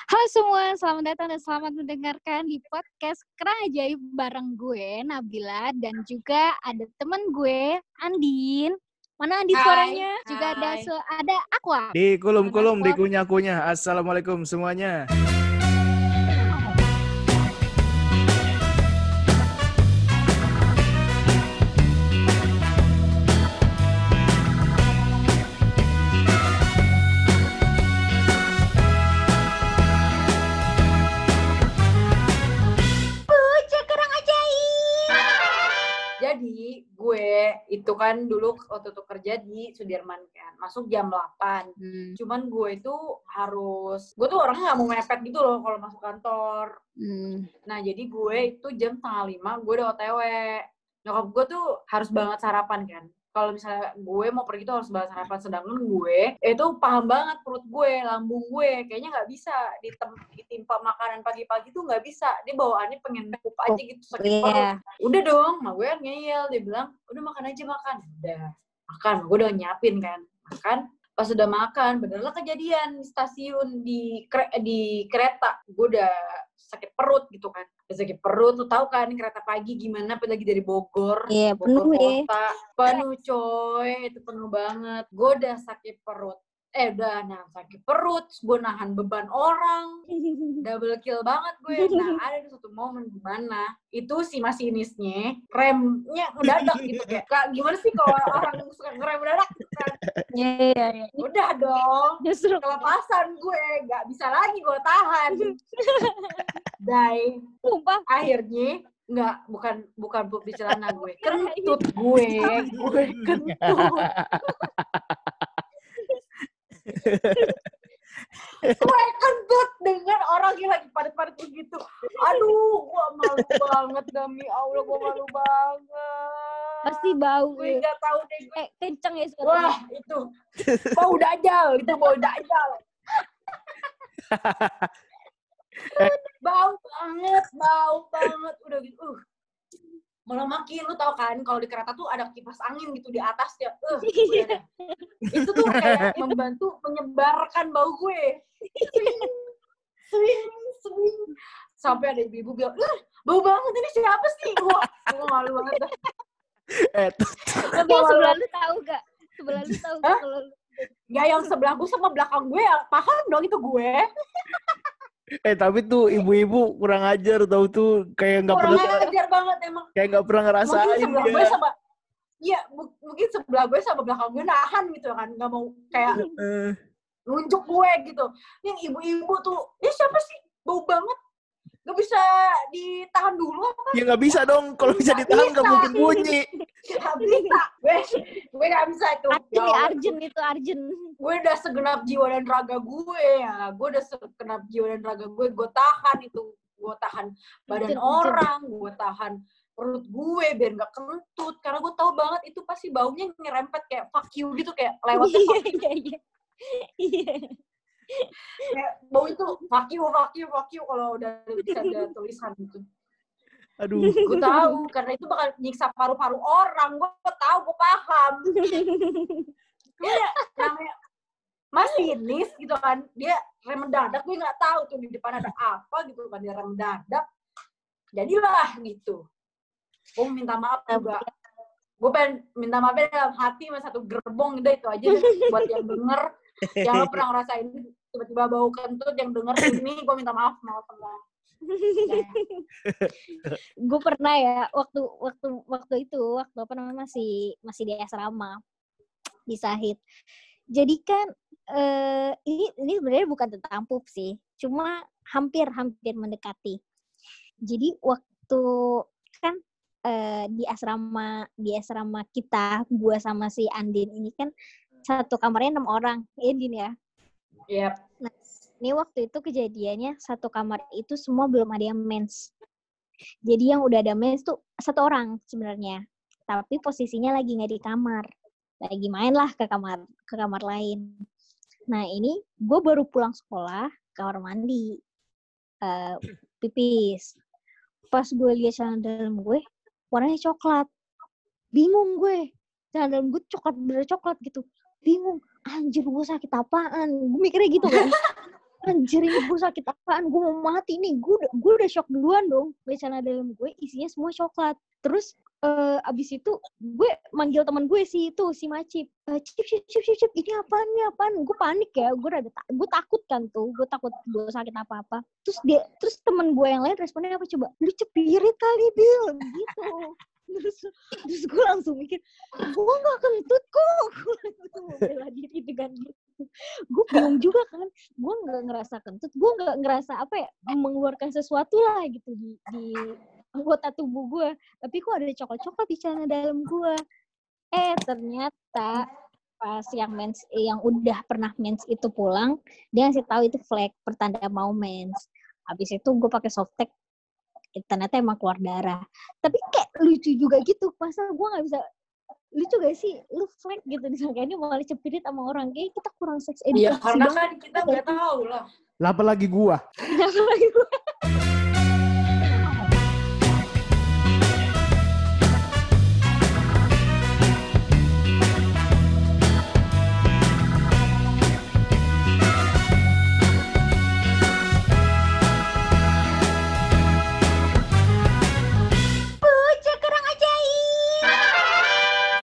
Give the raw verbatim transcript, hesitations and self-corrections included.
Halo semua, selamat datang dan selamat mendengarkan di podcast Kerang Ajaib bareng gue, Nabila, dan juga ada temen gue, Andin. Mana Andin suaranya? Hai, juga ada hai. su- ada Aqua. Di kulum-kulum, di Aqua. kunyah-kunyah. Assalamualaikum semuanya. Jadi gue itu kan dulu waktu itu kerja di Sudirman kan, masuk jam delapan. Hmm. Cuman gue itu harus, gue tuh orangnya gak mau mepet gitu loh kalau masuk kantor. Hmm. Nah jadi gue itu jam setengah lima gue udah O T W. Nyokap gue tuh harus banget sarapan kan. Kalau misalnya gue mau pergi tuh harus banget sarapan. Sedangkan gue itu paham banget perut gue, lambung gue. Kayaknya gak bisa ditem- ditimpa makanan pagi-pagi tuh gak bisa. Dia bawaannya pengen pup aja gitu, sakit perut. Iya. Udah dong, mak gue kan ngeyel. Dia bilang, udah makan aja makan. Udah, makan. Gue udah nyiapin kan. Makan. Pas udah makan, benerlah kejadian di stasiun, di, kre- di kereta. Gue udah sakit perut gitu kan. Udah sakit perut, lu tahu kan kereta pagi gimana, apalagi dari Bogor. Iya, Bogor penuh ya. kota. Penuh coy, itu penuh banget. Gue udah sakit perut. Eh udah nahan sakit perut, gue nahan beban orang. Double kill banget gue. Nah ada di satu momen gimana itu si masinisnya remnya mendadak gitu kayak Kak, gimana sih kalau orang suka ngerem mendadak gitu kan. Iya, iya, iya. Udah dong, Justru kelepasan gue gak bisa lagi gue tahan. Dai sumpah. akhirnya nggak bukan bukan pup di celana gue, kentut gue gue kentut gue kentut dengan orang yang lagi padat-padat begitu. Aduh, gue malu banget demi Allah, gue malu banget. Pasti bau. Gue nggak tahu deh gue. Eh, kenceng ya suaranya. Wah, itu bau dajal, itu bau dajal. Bau banget, bau banget. Udah gitu, uh. Malah makin, lu tau kan, kalau di kereta tuh ada kipas angin gitu di atas ya. Uh, udah. Itu tuh kayak membantu menyebarkan bau gue. Swing, swing, swing. Sampai ada ibu-ibu bilang, uh, bau banget, ini siapa sih? Wah, gue malu banget dah. Eh, Tapi yang sebelah lu tahu gak? Sebelah lu tahu gak kalau lu? Gak, yang sebelah gue sama belakang gue, paham dong itu gue. eh tapi tuh ibu-ibu kurang ajar tau tuh kayak nggak Orang pernah ajar banget emang. kayak nggak pernah ngerasain Mungkin sebelah dia. gue sama, iya m- mungkin sebelah gue sama belakang gue nahan gitu kan, nggak mau kayak Eh, nunjuk gue gitu. Yang ibu-ibu tuh, ini siapa sih? Bau banget. Gak bisa ditahan dulu apa? ya nggak bisa dong, kalau bisa Nggak ditahan nggak bisa. mungkin bunyi. Gak bisa. Gue, gue gak bisa itu. Arjen Ya ya, Allah. Arjen itu Arjen. Gue udah segenap jiwa dan raga gue ya. Gue udah segenap jiwa dan raga gue. Gue tahan itu. Gue tahan badan Arjen, orang. Gue tahan perut gue biar gak kentut. Karena gue tahu banget itu pasti baunya ngerempet kayak fuck you gitu. Kayak lewatnya Iya, fuck you. iya, iya. Iya. Kayak bau itu fuck you, fuck you, fuck you. Kalau udah bisa ada tulisan gitu. Aduh. Gue tahu karena itu bakal nyiksa paru-paru orang. Gue tahu, gue paham. Gue ya, namanya masinis gitu kan, dia rem mendadak, gue nggak tahu tuh di depan ada apa gitu kan, dia rem mendadak. Jadilah gitu. Gue minta maaf juga. Gue pengen minta maaf dalam hati sama satu gerbong deh, itu aja deh, buat yang denger. Yang lo pernah ngerasain tiba-tiba bau kentut yang denger ini, gue minta maaf sama semua. Gue pernah ya waktu waktu waktu itu waktu apa namanya masih masih di asrama di Sahid. Jadi kan eh, ini ini sebenarnya bukan tentang pup sih, cuma hampir hampir mendekati. Jadi waktu kan eh, di asrama di asrama kita, gue sama si Andin ini kan satu kamarnya enam orang, ya Din ya. Yep. Nah, ini waktu itu kejadiannya satu kamar itu semua belum ada yang mens. Jadi yang udah ada mens tuh satu orang sebenarnya. Tapi posisinya lagi nggak di kamar. Lagi main lah ke kamar ke kamar lain. Nah ini gue baru pulang sekolah, kamar mandi. Uh, pipis. Pas gue lihat celana dalam gue, warnanya coklat. Bingung gue. Celana dalam gue coklat, bener coklat gitu. Bingung. Anjir gue sakit apaan? Gue mikirnya gitu kan. anjir ini gue sakit apaan, gue mau mati nih, gue udah, gue udah shock duluan dong. Celana dalam gue isinya semua coklat. Terus uh, abis itu gue manggil teman gue sih itu si Macip, uh, cip cip cip cip cip ini apaan nih apaan, gue panik ya, gue rada ta- gue takut kan tuh, gue takut gue sakit apa apa. Terus dia, terus teman gue yang lain responnya apa coba, lu cepirit kali Bil gitu. Terus terus gue langsung mikir, gue nggak kentut kok, gue langsung bela diri dengan gitu. Gue bingung juga kan, gue nggak ngerasa kentut, gue nggak ngerasa apa ya, mengeluarkan sesuatu lah gitu di di anggota tubuh gue, tapi kok ada coklat-coklat di celana dalam gue. Eh ternyata pas yang mens, yang udah pernah mens itu pulang, dia ngasih tahu itu flag pertanda mau mens. Habis itu gue pakai softtek, ternyata emang keluar darah. Tapi kayak lucu juga gitu, masa gue nggak bisa, lucu gak sih lu flag gitu disangka ini malah cepirit sama orang, kayak kita kurang seks edukasi. Iya karena kan kita nggak tahu lah. Lah apalagi gua. Apalagi gue